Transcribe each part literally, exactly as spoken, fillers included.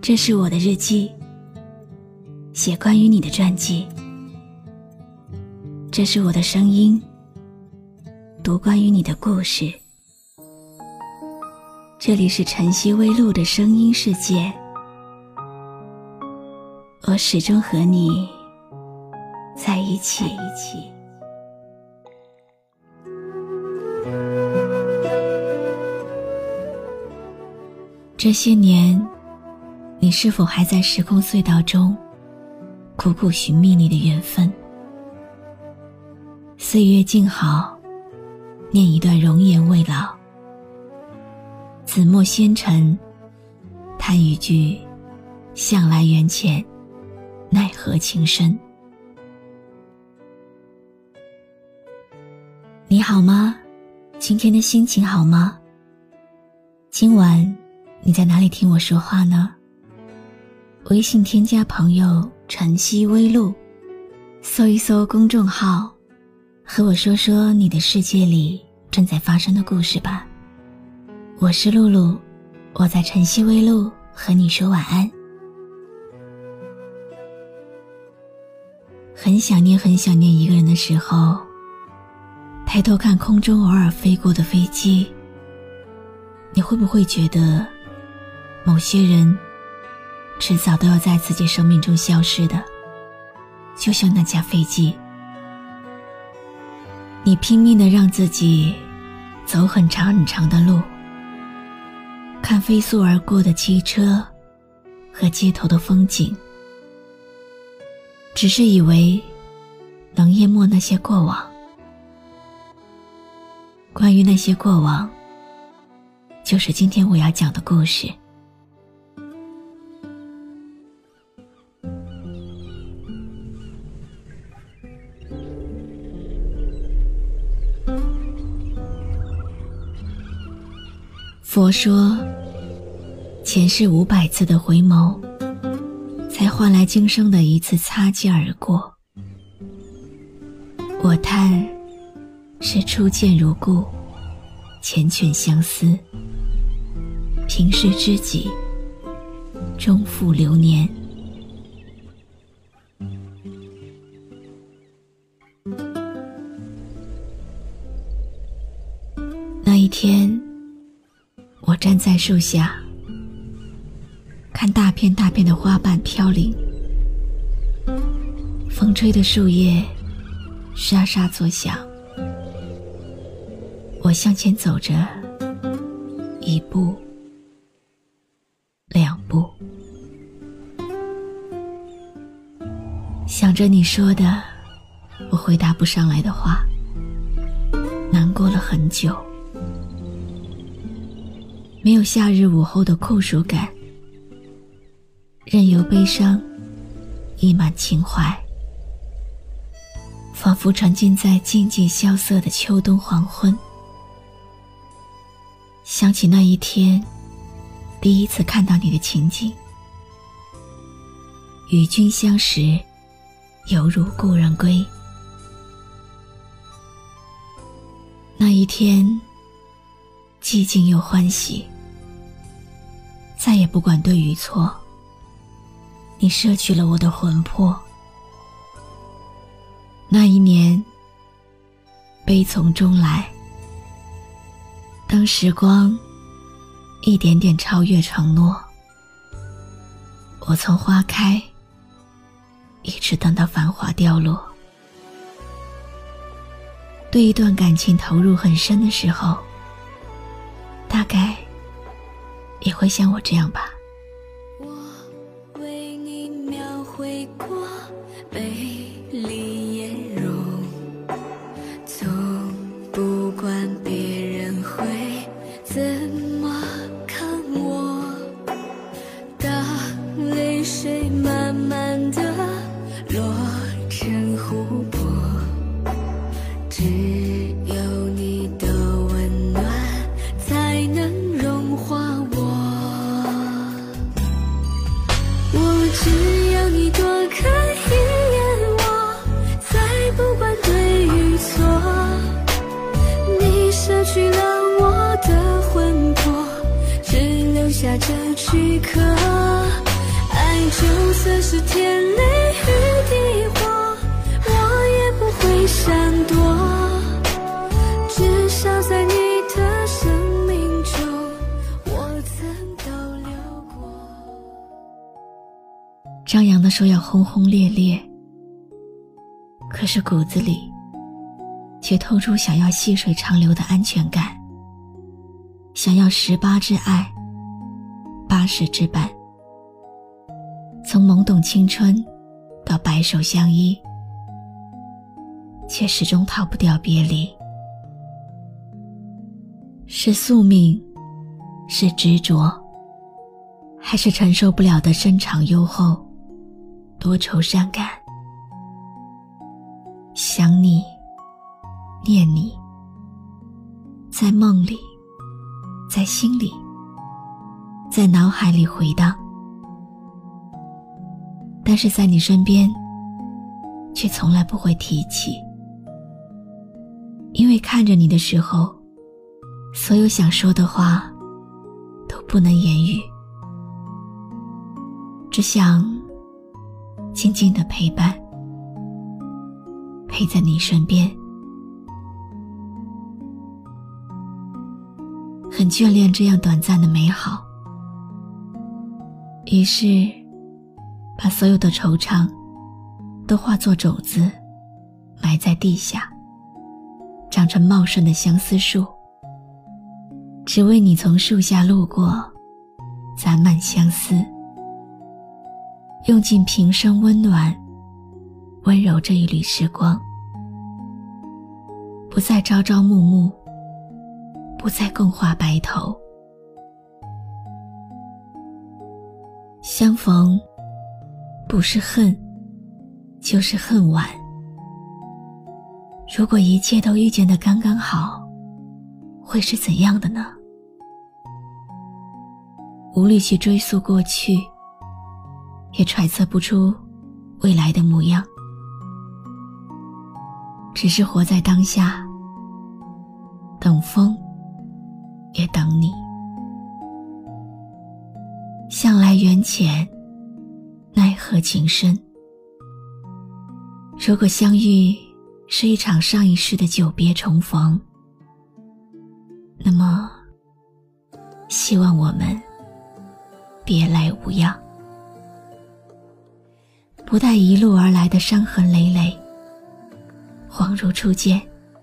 这是我的日记，写关于你的传记。这是我的声音，读关于你的故事。这里是晨曦微露的声音世界，我始终和你在一起。这些年，你是否还在时空隧道中苦苦寻觅你的缘分？岁月静好，念一段容颜未老。紫陌纤尘，叹一句向来缘浅，奈何情深。你好吗？今天的心情好吗？今晚你在哪里听我说话呢？微信添加朋友晨曦微露，搜一搜公众号，和我说说你的世界里正在发生的故事吧。我是露露，我在晨曦微露和你说晚安。很想念很想念一个人的时候，抬头看空中偶尔飞过的飞机，你会不会觉得某些人迟早都要在自己生命中消失的，就像那架飞机。你拼命地让自己走很长很长的路，看飞速而过的汽车和街头的风景，只是以为能淹没那些过往。关于那些过往，就是今天我要讲的故事。佛说，前世五百次的回眸，才换来今生的一次擦肩而过。我叹，是初见如故，缱绻相思，平世知己，终负流年。那一天，我站在树下，看大片大片的花瓣飘零，风吹的树叶沙沙作响。我向前走着，一步，两步，想着你说的我回答不上来的话，难过了很久。没有夏日午后的酷暑感，任由悲伤溢满情怀，仿佛沉浸在静寂萧瑟的秋冬黄昏。想起那一天第一次看到你的情景，与君相识，犹如故人归。那一天寂静又欢喜，再也不管对与错，你摄取了我的魂魄。那一年悲从中来，当时光一点点超越承诺，我从花开一直等到繁华凋落。对一段感情投入很深的时候，大概也会像我这样吧。 我为你描绘过美丽颜容，从不管别人会怎么看我。当泪水慢慢地落成湖泊，只有你的温暖才能融化我。我只要你多看一眼我，再不管对与错。你摄取了我的魂魄，只留下这躯壳。 爱就算是天雷雨地火，我也不会闪躲，至少在你的生命中我曾逗留过。 张扬的说要轰轰烈烈，可是骨子里却透出想要细水长流的安全感，想要十八之爱，八十之伴。从懵懂青春到白首相依，却始终逃不掉别离。是宿命，是执着，还是承受不了的深长优厚，多愁善感？想你，念你，在梦里，在心里，在脑海里回荡，但是在你身边却从来不会提起，因为看着你的时候，所有想说的话都不能言语，只想静静地陪伴，陪在你身边。很眷恋这样短暂的美好，于是把所有的惆怅都化作种子，埋在地下，长成茂盛的相思树，只为你从树下路过，攒满相思，用尽平生温暖，温柔这一缕时光，不再朝朝暮暮，不再共话白头。相逢不是恨，就是恨晚。如果一切都遇见得刚刚好，会是怎样的呢？无力去追溯过去，也揣测不出未来的模样，只是活在当下，等风也等你。向来缘浅，奈何情深。如果相遇是一场上一世的久别重逢，那么希望我们别来无恙，不带一路而来的伤痕累累，恍如初见。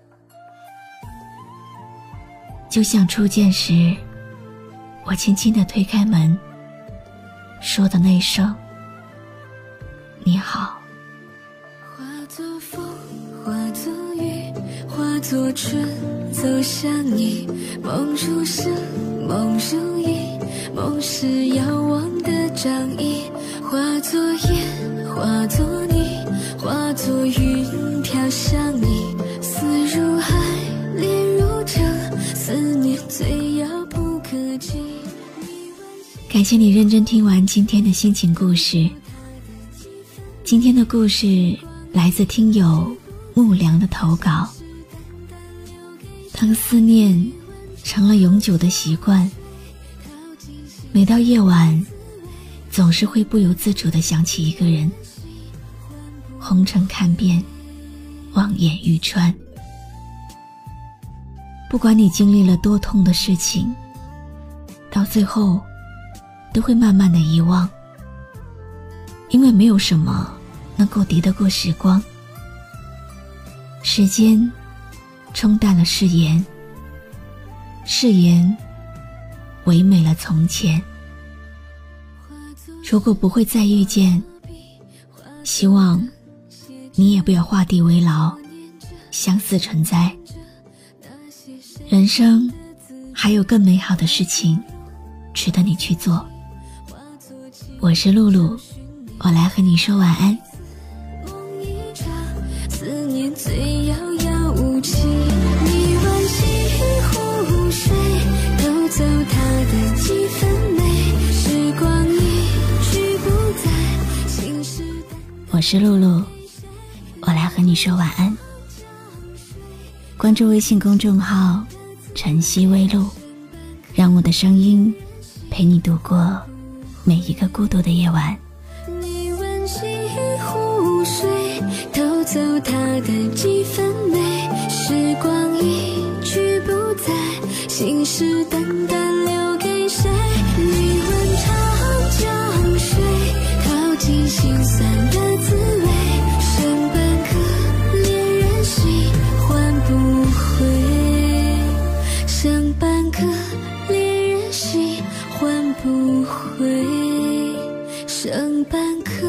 就像初见时，我轻轻地推开门，说的那声你好。 化作风，化作雨，化作春，走向你。梦如诗，梦如影，梦是遥望的掌印。化作烟，化作泥，化作云飘向你。思如海，恋如城，思念最遥不可及。 感谢你认真听完今天的心情故事。今天的故事来自听友木良的投稿。当思念成了永久的习惯，每到夜晚总是会不由自主地想起一个人。红尘看遍，望眼欲穿。不管你经历了多痛的事情，到最后都会慢慢的遗忘，因为没有什么能够敌得过时光。时间冲淡了誓言，誓言唯美了从前。如果不会再遇见，希望你也不要画地为牢，相思成灾。人生还有更美好的事情值得你去做。我是露露，我来和你说晚安。 梦一场，思念最遥遥无期。你挽西湖水，偷走它的几分美。时光一去不再，心事淡。 我是露露，我来和你说晚安。关注微信公众号晨曦微露，让我的声音陪你度过每一个孤独的夜晚。 温习湖水，偷走它的几分美。时光一去不再，心事淡淡留给谁？你问长江水，淘尽心酸的滋味。剩半颗恋人心，换不回。剩半颗恋人心，换不回。剩半颗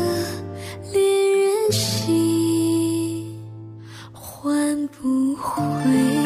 恋人心，换不回。